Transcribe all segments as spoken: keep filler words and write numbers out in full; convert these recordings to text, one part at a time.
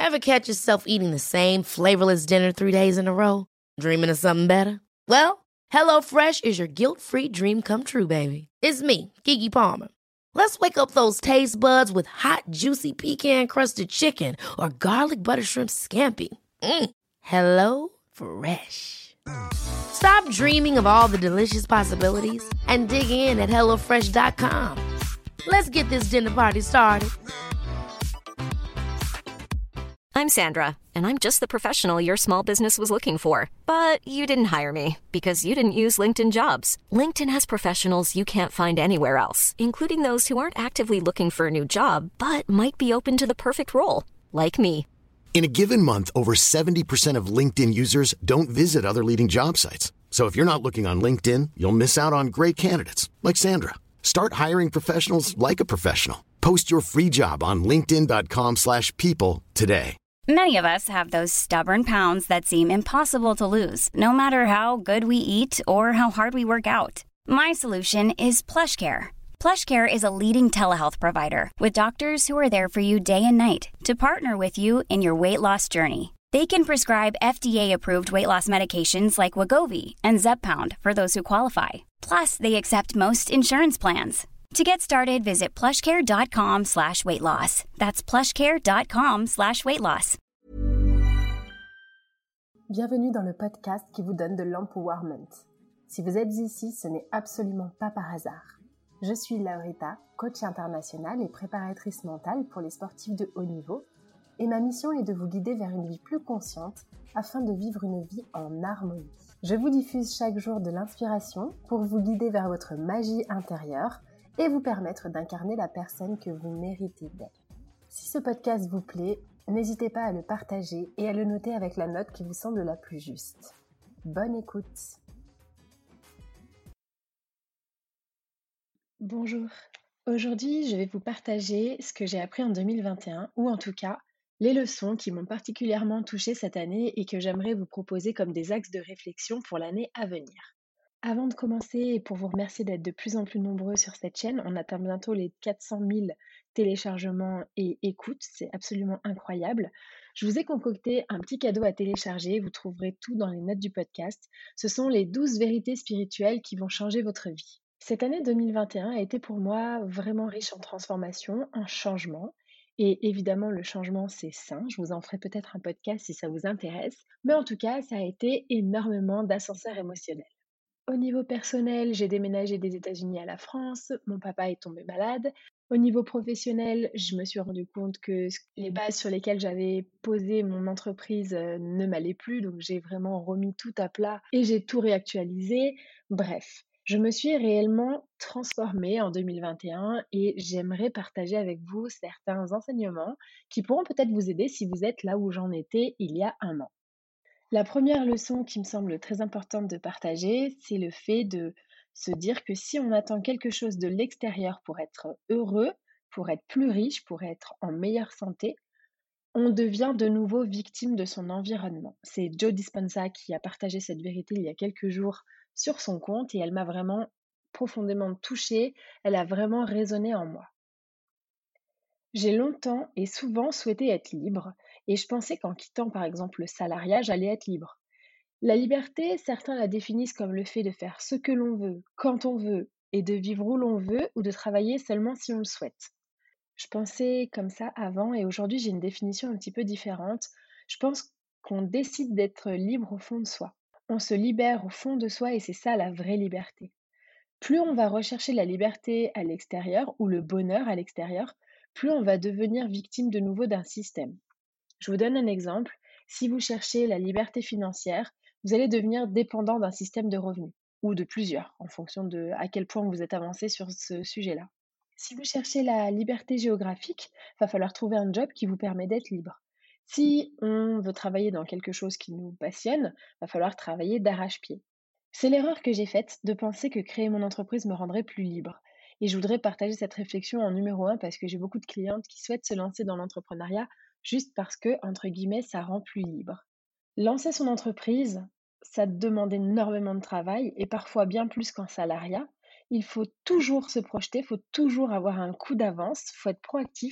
Ever catch yourself eating the same flavorless dinner three days in a row? Dreaming of something better? Well, HelloFresh is your guilt-free dream come true, baby. It's me, Keke Palmer. Let's wake up those taste buds with hot, juicy pecan-crusted chicken or garlic butter shrimp scampi. Mm. Hello Fresh. Stop dreaming of all the delicious possibilities and dig in at hello fresh dot com. Let's get this dinner party started. I'm Sandra, and I'm just the professional your small business was looking for. But you didn't hire me because you didn't use LinkedIn Jobs. LinkedIn has professionals you can't find anywhere else, including those who aren't actively looking for a new job, but might be open to the perfect role, like me. In a given month, over seventy percent of LinkedIn users don't visit other leading job sites. So if you're not looking on LinkedIn, you'll miss out on great candidates like Sandra. Start hiring professionals like a professional. Post your free job on linkedin dot com slash people today. Many of us have those stubborn pounds that seem impossible to lose, no matter how good we eat or how hard we work out. My solution is PlushCare. PlushCare is a leading telehealth provider with doctors who are there for you day and night to partner with you in your weight loss journey. They can prescribe F D A-approved weight loss medications like Wegovy and Zepbound for those who qualify. Plus, they accept most insurance plans. To get started, visit plushcare.com slash weight loss. That's plushcare.com slash weight loss. Bienvenue dans le podcast qui vous donne de l'empowerment. Si vous êtes ici, ce n'est absolument pas par hasard. Je suis Laurita, coach internationale et préparatrice mentale pour les sportifs de haut niveau, et ma mission est de vous guider vers une vie plus consciente afin de vivre une vie en harmonie. Je vous diffuse chaque jour de l'inspiration pour vous guider vers votre magie intérieure et vous permettre d'incarner la personne que vous méritez d'être. Si ce podcast vous plaît, n'hésitez pas à le partager et à le noter avec la note qui vous semble la plus juste. Bonne écoute! Bonjour, aujourd'hui je vais vous partager ce que j'ai appris en deux mille vingt et un, ou en tout cas les leçons qui m'ont particulièrement touchée cette année et que j'aimerais vous proposer comme des axes de réflexion pour l'année à venir. Avant de commencer, et pour vous remercier d'être de plus en plus nombreux sur cette chaîne, on atteint bientôt les quatre cent mille téléchargements et écoutes, c'est absolument incroyable. Je vous ai concocté un petit cadeau à télécharger, vous trouverez tout dans les notes du podcast. Ce sont les douze vérités spirituelles qui vont changer votre vie. Cette année deux mille vingt et un a été pour moi vraiment riche en transformation, en changement. Et évidemment, le changement, c'est sain. Je vous en ferai peut-être un podcast si ça vous intéresse. Mais en tout cas, ça a été énormément d'ascenseurs émotionnels. Au niveau personnel, j'ai déménagé des États-Unis à la France, mon papa est tombé malade. Au niveau professionnel, je me suis rendu compte que les bases sur lesquelles j'avais posé mon entreprise euh, ne m'allaient plus, donc j'ai vraiment remis tout à plat et j'ai tout réactualisé. Bref, je me suis réellement transformée en deux mille vingt et un et j'aimerais partager avec vous certains enseignements qui pourront peut-être vous aider si vous êtes là où j'en étais il y a un an. La première leçon qui me semble très importante de partager, c'est le fait de se dire que si on attend quelque chose de l'extérieur pour être heureux, pour être plus riche, pour être en meilleure santé, on devient de nouveau victime de son environnement. C'est Joe Dispenza qui a partagé cette vérité il y a quelques jours sur son compte et elle m'a vraiment profondément touchée, elle a vraiment résonné en moi. J'ai longtemps et souvent souhaité être libre et je pensais qu'en quittant par exemple le salariat, j'allais être libre. La liberté, certains la définissent comme le fait de faire ce que l'on veut, quand on veut et de vivre où l'on veut ou de travailler seulement si on le souhaite. Je pensais comme ça avant et aujourd'hui j'ai une définition un petit peu différente. Je pense qu'on décide d'être libre au fond de soi. On se libère au fond de soi et c'est ça la vraie liberté. Plus on va rechercher la liberté à l'extérieur ou le bonheur à l'extérieur, plus on va devenir victime de nouveau d'un système. Je vous donne un exemple. Si vous cherchez la liberté financière, vous allez devenir dépendant d'un système de revenus, ou de plusieurs, en fonction de à quel point vous êtes avancé sur ce sujet-là. Si vous cherchez la liberté géographique, il va falloir trouver un job qui vous permet d'être libre. Si on veut travailler dans quelque chose qui nous passionne, il va falloir travailler d'arrache-pied. C'est l'erreur que j'ai faite de penser que créer mon entreprise me rendrait plus libre. Et je voudrais partager cette réflexion en numéro un parce que j'ai beaucoup de clientes qui souhaitent se lancer dans l'entrepreneuriat juste parce que, entre guillemets, ça rend plus libre. Lancer son entreprise, ça demande énormément de travail et parfois bien plus qu'en salariat. Il faut toujours se projeter, il faut toujours avoir un coup d'avance, il faut être proactif,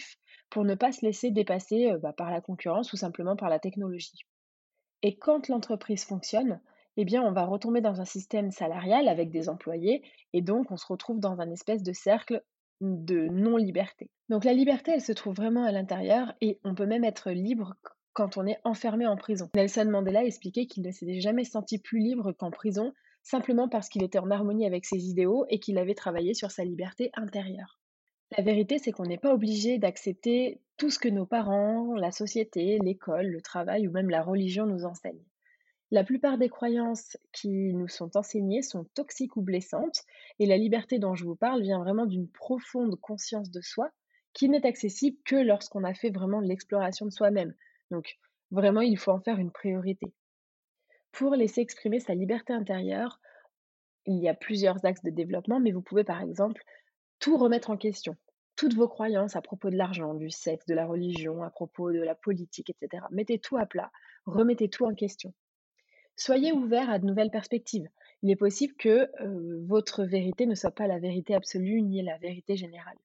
pour ne pas se laisser dépasser euh, bah, par la concurrence ou simplement par la technologie. Et quand l'entreprise fonctionne, eh bien, on va retomber dans un système salarial avec des employés et donc on se retrouve dans un espèce de cercle de non-liberté. Donc la liberté, elle se trouve vraiment à l'intérieur et on peut même être libre q- quand on est enfermé en prison. Nelson Mandela expliquait qu'il ne s'était jamais senti plus libre qu'en prison, simplement parce qu'il était en harmonie avec ses idéaux et qu'il avait travaillé sur sa liberté intérieure. La vérité, c'est qu'on n'est pas obligé d'accepter tout ce que nos parents, la société, l'école, le travail ou même la religion nous enseignent. La plupart des croyances qui nous sont enseignées sont toxiques ou blessantes, et la liberté dont je vous parle vient vraiment d'une profonde conscience de soi qui n'est accessible que lorsqu'on a fait vraiment l'exploration de soi-même. Donc, vraiment, il faut en faire une priorité. Pour laisser exprimer sa liberté intérieure, il y a plusieurs axes de développement, mais vous pouvez par exemple tout remettre en question. Toutes vos croyances à propos de l'argent, du sexe, de la religion, à propos de la politique, et cetera. Mettez tout à plat, remettez tout en question. Soyez ouvert à de nouvelles perspectives. Il est possible que euh, votre vérité ne soit pas la vérité absolue ni la vérité générale.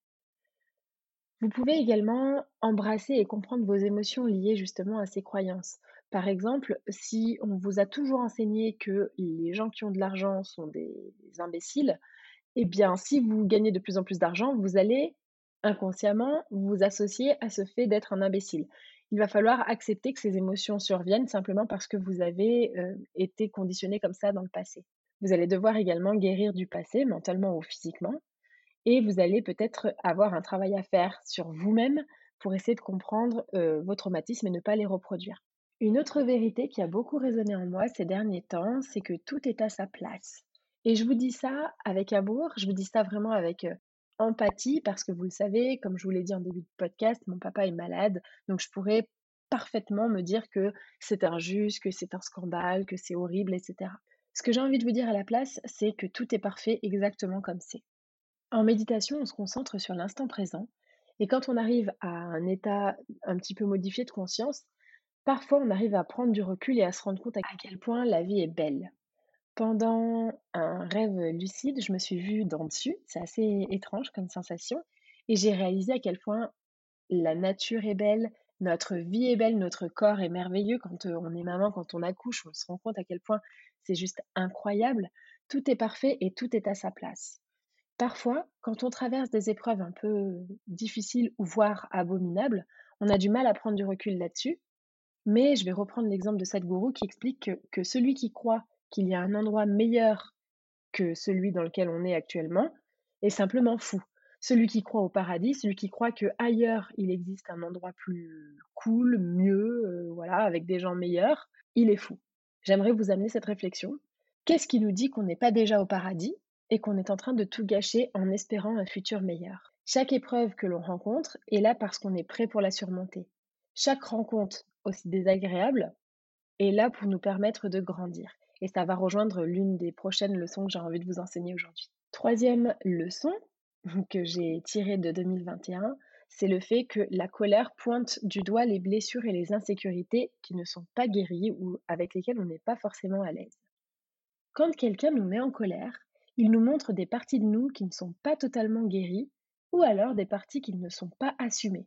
Vous pouvez également embrasser et comprendre vos émotions liées justement à ces croyances. Par exemple, si on vous a toujours enseigné que les gens qui ont de l'argent sont des imbéciles, eh bien, si vous gagnez de plus en plus d'argent, vous allez inconsciemment vous associer à ce fait d'être un imbécile. Il va falloir accepter que ces émotions surviennent simplement parce que vous avez euh, été conditionné comme ça dans le passé. Vous allez devoir également guérir du passé, mentalement ou physiquement, et vous allez peut-être avoir un travail à faire sur vous-même pour essayer de comprendre euh, vos traumatismes et ne pas les reproduire. Une autre vérité qui a beaucoup résonné en moi ces derniers temps, c'est que tout est à sa place. Et je vous dis ça avec amour, je vous dis ça vraiment avec euh, empathie, parce que vous le savez, comme je vous l'ai dit en début de podcast, mon papa est malade, donc je pourrais parfaitement me dire que c'est injuste, que c'est un scandale, que c'est horrible, et cetera. Ce que j'ai envie de vous dire à la place, c'est que tout est parfait exactement comme c'est. En méditation, on se concentre sur l'instant présent, et quand on arrive à un état un petit peu modifié de conscience, parfois, on arrive à prendre du recul et à se rendre compte à quel point la vie est belle. Pendant un rêve lucide, je me suis vue d'en dessus, c'est assez étrange comme sensation, et j'ai réalisé à quel point la nature est belle, notre vie est belle, notre corps est merveilleux. Quand euh, on est maman, quand on accouche, on se rend compte à quel point c'est juste incroyable. Tout est parfait et tout est à sa place. Parfois, quand on traverse des épreuves un peu difficiles ou voire abominables, on a du mal à prendre du recul là-dessus, mais je vais reprendre l'exemple de Sadhguru qui explique que, que celui qui croit qu'il y a un endroit meilleur que celui dans lequel on est actuellement est simplement fou. Celui qui croit au paradis, celui qui croit que ailleurs il existe un endroit plus cool, mieux, euh, voilà, avec des gens meilleurs, il est fou. J'aimerais vous amener cette réflexion. Qu'est-ce qui nous dit qu'on n'est pas déjà au paradis et qu'on est en train de tout gâcher en espérant un futur meilleur? Chaque épreuve que l'on rencontre est là parce qu'on est prêt pour la surmonter. Chaque rencontre, aussi désagréable, est là pour nous permettre de grandir. Et ça va rejoindre l'une des prochaines leçons que j'ai envie de vous enseigner aujourd'hui. Troisième leçon que j'ai tirée de deux mille vingt et un, c'est le fait que la colère pointe du doigt les blessures et les insécurités qui ne sont pas guéries ou avec lesquelles on n'est pas forcément à l'aise. Quand quelqu'un nous met en colère, il nous montre des parties de nous qui ne sont pas totalement guéries ou alors des parties qui ne sont pas assumées.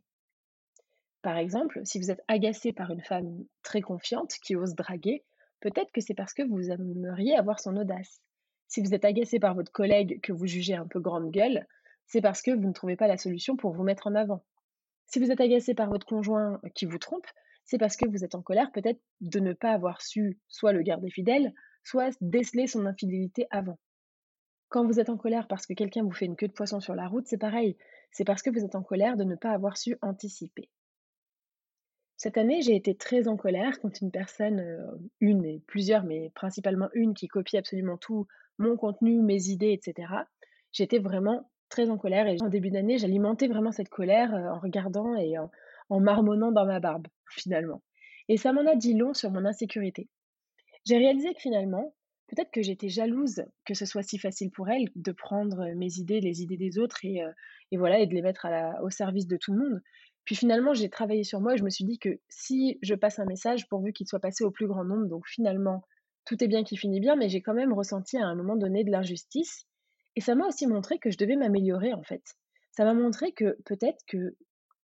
Par exemple, si vous êtes agacé par une femme très confiante qui ose draguer, peut-être que c'est parce que vous aimeriez avoir son audace. Si vous êtes agacé par votre collègue que vous jugez un peu grande gueule, c'est parce que vous ne trouvez pas la solution pour vous mettre en avant. Si vous êtes agacé par votre conjoint qui vous trompe, c'est parce que vous êtes en colère peut-être de ne pas avoir su soit le garder fidèle, soit déceler son infidélité avant. Quand vous êtes en colère parce que quelqu'un vous fait une queue de poisson sur la route, c'est pareil. C'est parce que vous êtes en colère de ne pas avoir su anticiper. Cette année, j'ai été très en colère quand une personne, heu, une et plusieurs, mais principalement une qui copie absolument tout, mon contenu, mes idées et cetera. J'étais vraiment très en colère et en début d'année, j'alimentais vraiment cette colère, heu, en regardant et en en marmonnant dans ma barbe, finalement. Et ça m'en a dit long sur mon insécurité. J'ai réalisé que finalement, peut-être que j'étais jalouse que ce soit si facile pour elle de prendre, mes idées, les idées des autres et heu et voilà et de les mettre à la au service de tout le monde. Puis finalement, j'ai travaillé sur moi et je me suis dit que si je passe un message, pourvu qu'il soit passé au plus grand nombre, donc finalement, tout est bien qui finit bien, mais j'ai quand même ressenti à un moment donné de l'injustice et ça m'a aussi montré que je devais m'améliorer, en fait. Ça m'a montré que peut-être que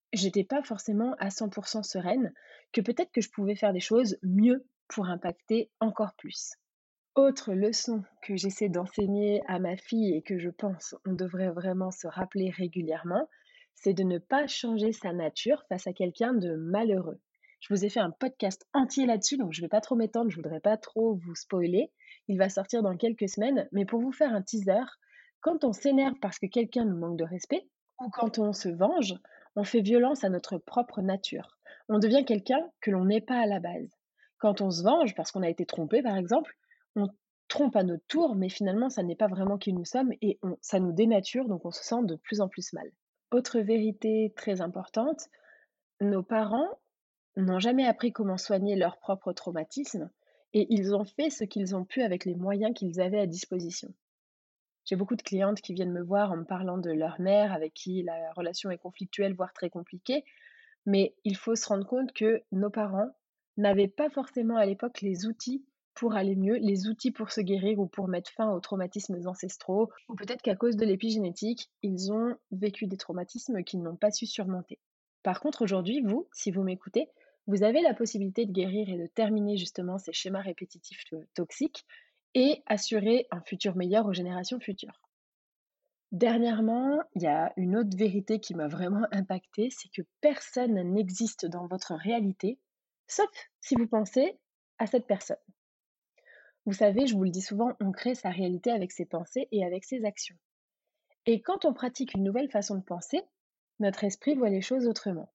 j'étais pas forcément à cent pour cent sereine, que peut-être que je pouvais faire des choses mieux pour impacter encore plus. Autre leçon que j'essaie d'enseigner à ma fille et que je pense on devrait vraiment se rappeler régulièrement, c'est de ne pas changer sa nature face à quelqu'un de malheureux. Je vous ai fait un podcast entier là-dessus, donc je ne vais pas trop m'étendre, je voudrais pas trop vous spoiler. Il va sortir dans quelques semaines, mais pour vous faire un teaser, quand on s'énerve parce que quelqu'un nous manque de respect, ou quand on se venge, on fait violence à notre propre nature. On devient quelqu'un que l'on n'est pas à la base. Quand on se venge parce qu'on a été trompé, par exemple, on trompe à notre tour, mais finalement, ça n'est pas vraiment qui nous sommes et on, ça nous dénature, donc on se sent de plus en plus mal. Autre vérité très importante, nos parents n'ont jamais appris comment soigner leur propre traumatisme et ils ont fait ce qu'ils ont pu avec les moyens qu'ils avaient à disposition. J'ai beaucoup de clientes qui viennent me voir en me parlant de leur mère avec qui la relation est conflictuelle, voire très compliquée, mais il faut se rendre compte que nos parents n'avaient pas forcément à l'époque les outils pour aller mieux, les outils pour se guérir ou pour mettre fin aux traumatismes ancestraux, ou peut-être qu'à cause de l'épigénétique, ils ont vécu des traumatismes qu'ils n'ont pas su surmonter. Par contre, aujourd'hui, vous, si vous m'écoutez, vous avez la possibilité de guérir et de terminer justement ces schémas répétitifs euh, toxiques et assurer un futur meilleur aux générations futures. Dernièrement, il y a une autre vérité qui m'a vraiment impactée, c'est que personne n'existe dans votre réalité, sauf si vous pensez à cette personne. Vous savez, je vous le dis souvent, on crée sa réalité avec ses pensées et avec ses actions. Et quand on pratique une nouvelle façon de penser, notre esprit voit les choses autrement.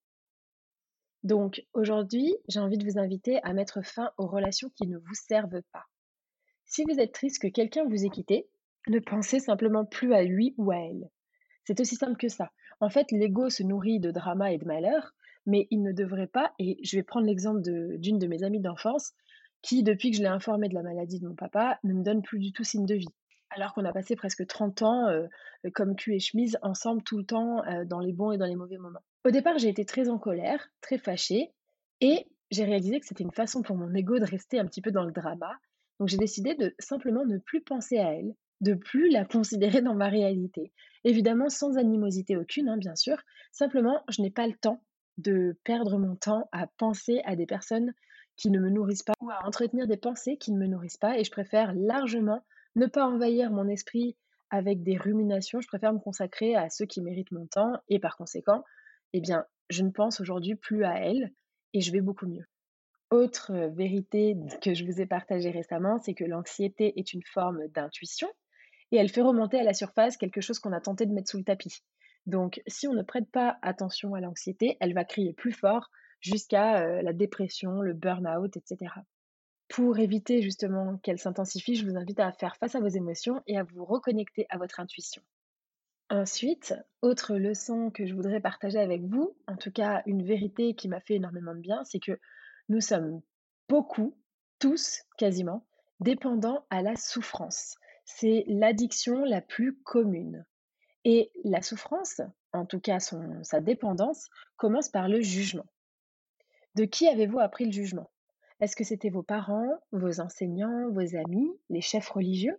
Donc aujourd'hui, j'ai envie de vous inviter à mettre fin aux relations qui ne vous servent pas. Si vous êtes triste que quelqu'un vous ait quitté, ne pensez simplement plus à lui ou à elle. C'est aussi simple que ça. En fait, l'ego se nourrit de drama et de malheur, mais il ne devrait pas, et je vais prendre l'exemple de- d'une de mes amies d'enfance, qui, depuis que je l'ai informée de la maladie de mon papa, ne me donne plus du tout signe de vie. Alors qu'on a passé presque trente ans euh, comme cul et chemise ensemble tout le temps, euh, dans les bons et dans les mauvais moments. Au départ, j'ai été très en colère, très fâchée, et j'ai réalisé que c'était une façon pour mon ego de rester un petit peu dans le drama. Donc j'ai décidé de simplement ne plus penser à elle, de plus la considérer dans ma réalité. Évidemment, sans animosité aucune, hein, bien sûr. Simplement, je n'ai pas le temps de perdre mon temps à penser à des personnes qui ne me nourrissent pas ou à entretenir des pensées qui ne me nourrissent pas. Et je préfère largement ne pas envahir mon esprit avec des ruminations. Je préfère me consacrer à ceux qui méritent mon temps. Et par conséquent, eh bien, je ne pense aujourd'hui plus à elle et je vais beaucoup mieux. Autre euh, vérité que je vous ai partagée récemment, c'est que l'anxiété est une forme d'intuition et elle fait remonter à la surface quelque chose qu'on a tenté de mettre sous le tapis. Donc, si on ne prête pas attention à l'anxiété, elle va crier plus fort jusqu'à euh, la dépression, le burn-out, et cetera. Pour éviter justement qu'elle s'intensifie, je vous invite à faire face à vos émotions et à vous reconnecter à votre intuition. Ensuite, autre leçon que je voudrais partager avec vous, en tout cas une vérité qui m'a fait énormément de bien, c'est que nous sommes beaucoup, tous quasiment, dépendants à la souffrance. C'est l'addiction la plus commune. Et la souffrance, en tout cas son, sa dépendance, commence par le jugement. De qui avez-vous appris le jugement? Est-ce que c'était vos parents, vos enseignants, vos amis, les chefs religieux?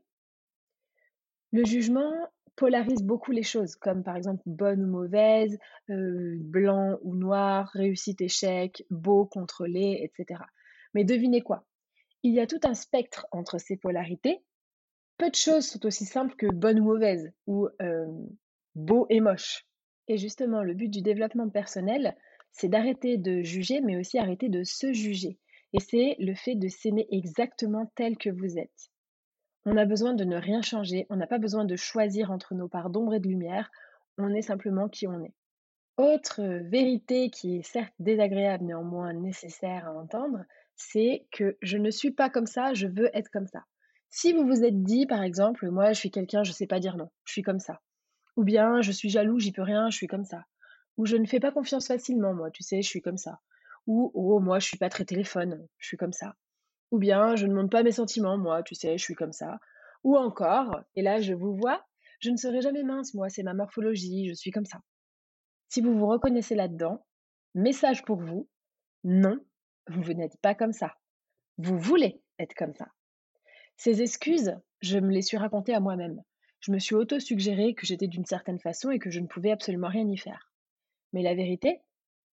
Le jugement polarise beaucoup les choses, comme par exemple bonne ou mauvaise, euh, blanc ou noir, réussite, échec, beau contre laid, et cetera. Mais devinez quoi? Il y a tout un spectre entre ces polarités. Peu de choses sont aussi simples que bonne ou mauvaise, ou euh, beau et moche. Et justement, le but du développement personnel, c'est d'arrêter de juger, mais aussi arrêter de se juger. Et c'est le fait de s'aimer exactement tel que vous êtes. On a besoin de ne rien changer, on n'a pas besoin de choisir entre nos parts d'ombre et de lumière, on est simplement qui on est. Autre euh, vérité qui est certes désagréable, néanmoins nécessaire à entendre, c'est que je ne suis pas comme ça, je veux être comme ça. Si vous vous êtes dit, par exemple, moi je suis quelqu'un, je ne sais pas dire non, je suis comme ça. Ou bien je suis jaloux, j'y peux rien, je suis comme ça. Ou je ne fais pas confiance facilement, moi, tu sais, je suis comme ça. Ou oh, moi je suis pas très téléphone, je suis comme ça. Ou bien je ne montre pas mes sentiments, moi, tu sais, je suis comme ça. Ou encore, et là je vous vois, je ne serai jamais mince, moi, c'est ma morphologie, je suis comme ça. Si vous vous reconnaissez là-dedans, message pour vous, non, vous n'êtes pas comme ça. Vous voulez être comme ça. Ces excuses, je me les suis racontées à moi-même. Je me suis auto-suggéré que j'étais d'une certaine façon et que je ne pouvais absolument rien y faire. Mais la vérité,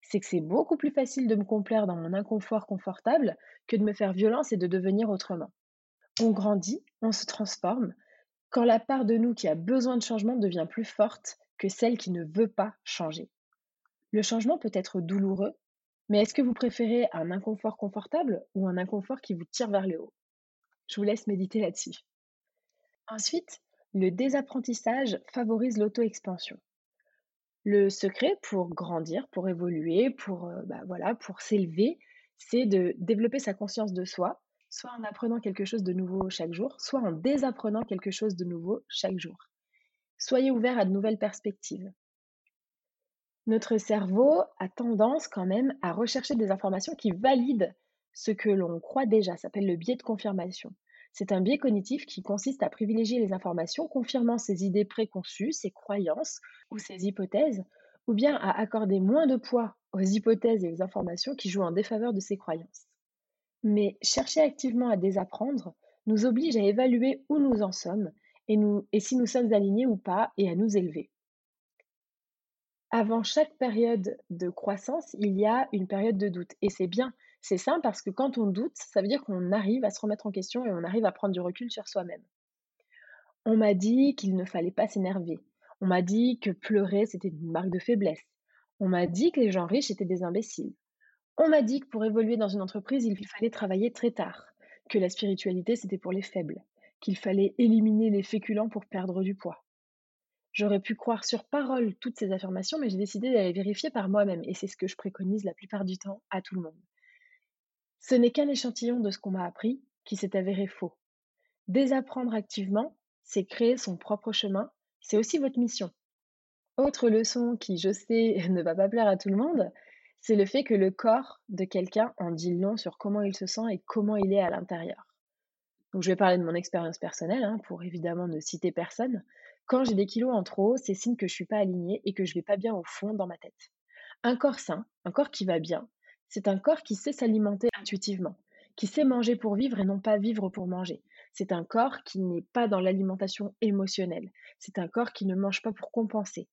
c'est que c'est beaucoup plus facile de me complaire dans mon inconfort confortable que de me faire violence et de devenir autrement. On grandit, on se transforme, quand la part de nous qui a besoin de changement devient plus forte que celle qui ne veut pas changer. Le changement peut être douloureux, mais est-ce que vous préférez un inconfort confortable ou un inconfort qui vous tire vers le haut? Je vous laisse méditer là-dessus. Ensuite, le désapprentissage favorise l'auto-expansion. Le secret pour grandir, pour évoluer, pour, euh, bah voilà, pour s'élever, c'est de développer sa conscience de soi, soit en apprenant quelque chose de nouveau chaque jour, soit en désapprenant quelque chose de nouveau chaque jour. Soyez ouverts à de nouvelles perspectives. Notre cerveau a tendance quand même à rechercher des informations qui valident ce que l'on croit déjà. Ça s'appelle le biais de confirmation. C'est un biais cognitif qui consiste à privilégier les informations confirmant ses idées préconçues, ses croyances ou ses hypothèses, ou bien à accorder moins de poids aux hypothèses et aux informations qui jouent en défaveur de ses croyances. Mais chercher activement à désapprendre nous oblige à évaluer où nous en sommes et, nous, et si nous sommes alignés ou pas et à nous élever. Avant chaque période de croissance, il y a une période de doute. Et c'est bien, c'est simple parce que quand on doute, ça veut dire qu'on arrive à se remettre en question et on arrive à prendre du recul sur soi-même. On m'a dit qu'il ne fallait pas s'énerver. On m'a dit que pleurer, c'était une marque de faiblesse. On m'a dit que les gens riches étaient des imbéciles. On m'a dit que pour évoluer dans une entreprise, il fallait travailler très tard, que la spiritualité, c'était pour les faibles, qu'il fallait éliminer les féculents pour perdre du poids. J'aurais pu croire sur parole toutes ces affirmations, mais j'ai décidé d'aller vérifier par moi-même, et c'est ce que je préconise la plupart du temps à tout le monde. Ce n'est qu'un échantillon de ce qu'on m'a appris qui s'est avéré faux. Désapprendre activement, c'est créer son propre chemin, c'est aussi votre mission. Autre leçon qui, je sais, ne va pas plaire à tout le monde, c'est le fait que le corps de quelqu'un en dit long sur comment il se sent et comment il est à l'intérieur. Donc, je vais parler de mon expérience personnelle, hein, pour évidemment ne citer personne. Quand j'ai des kilos en trop, c'est signe que je ne suis pas alignée et que je ne vais pas bien au fond dans ma tête. Un corps sain, un corps qui va bien, c'est un corps qui sait s'alimenter intuitivement, qui sait manger pour vivre et non pas vivre pour manger. C'est un corps qui n'est pas dans l'alimentation émotionnelle. C'est un corps qui ne mange pas pour compenser.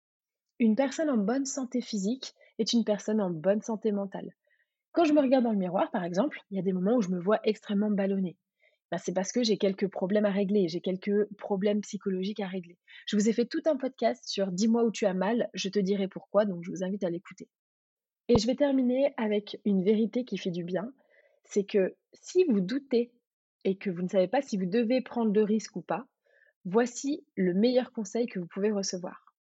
Une personne en bonne santé physique est une personne en bonne santé mentale. Quand je me regarde dans le miroir, par exemple, il y a des moments où je me vois extrêmement ballonnée. Ben, c'est parce que j'ai quelques problèmes à régler, j'ai quelques problèmes psychologiques à régler. Je vous ai fait tout un podcast sur « Dis-moi où tu as mal, je te dirai pourquoi », donc je vous invite à l'écouter. Et je vais terminer avec une vérité qui fait du bien, c'est que si vous doutez et que vous ne savez pas si vous devez prendre de risques ou pas, voici le meilleur conseil que vous pouvez recevoir.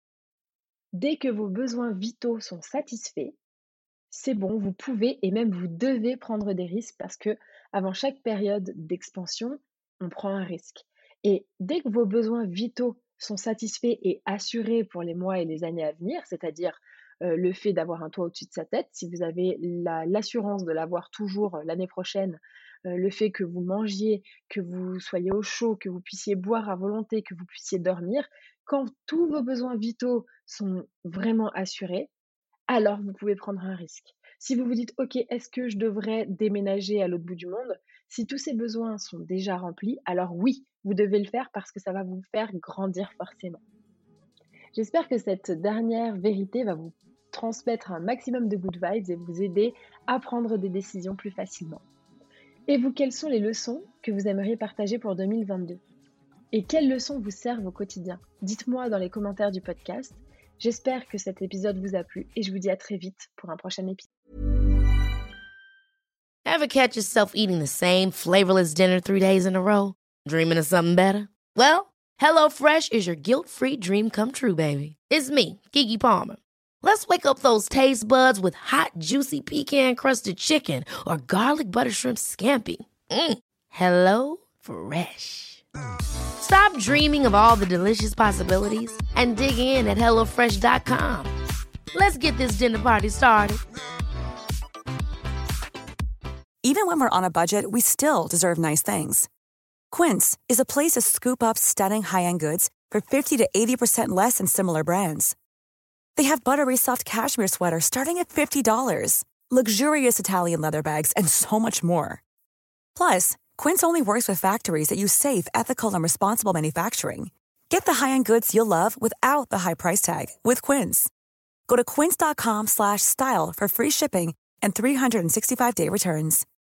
Dès que vos besoins vitaux sont satisfaits, c'est bon, vous pouvez et même vous devez prendre des risques parce que avant chaque période d'expansion, on prend un risque. Et dès que vos besoins vitaux sont satisfaits et assurés pour les mois et les années à venir, c'est-à-dire euh, le fait d'avoir un toit au-dessus de sa tête, si vous avez la, l'assurance de l'avoir toujours euh, l'année prochaine, euh, le fait que vous mangiez, que vous soyez au chaud, que vous puissiez boire à volonté, que vous puissiez dormir, quand tous vos besoins vitaux sont vraiment assurés, alors vous pouvez prendre un risque. Si vous vous dites, ok, est-ce que je devrais déménager à l'autre bout du monde? Si tous ces besoins sont déjà remplis, alors oui, vous devez le faire parce que ça va vous faire grandir forcément. J'espère que cette dernière vérité va vous transmettre un maximum de good vibes et vous aider à prendre des décisions plus facilement. Et vous, quelles sont les leçons que vous aimeriez partager pour deux mille vingt-deux? Et quelles leçons vous servent au quotidien? Dites-moi dans les commentaires du podcast. J'espère que cet épisode vous a plu et je vous dis à très vite pour un prochain épisode. Ever catch yourself eating the same flavorless dinner three days in a row? Dreaming of something better? Well, HelloFresh is your guilt-free dream come true, baby. It's me, Keke Palmer. Let's wake up those taste buds with hot, juicy pecan-crusted chicken or garlic butter shrimp scampi. Mm. Hello Fresh. Stop dreaming of all the delicious possibilities and dig in at hello fresh dot com. Let's get this dinner party started. Even when we're on a budget, we still deserve nice things. Quince is a place to scoop up stunning high-end goods for fifty to eighty percent less than similar brands. They have buttery soft cashmere sweaters starting at fifty dollars, luxurious Italian leather bags, and so much more. Plus, Quince only works with factories that use safe, ethical, and responsible manufacturing. Get the high-end goods you'll love without the high price tag with Quince. Go to quince.com slash style for free shipping and three sixty-five day returns.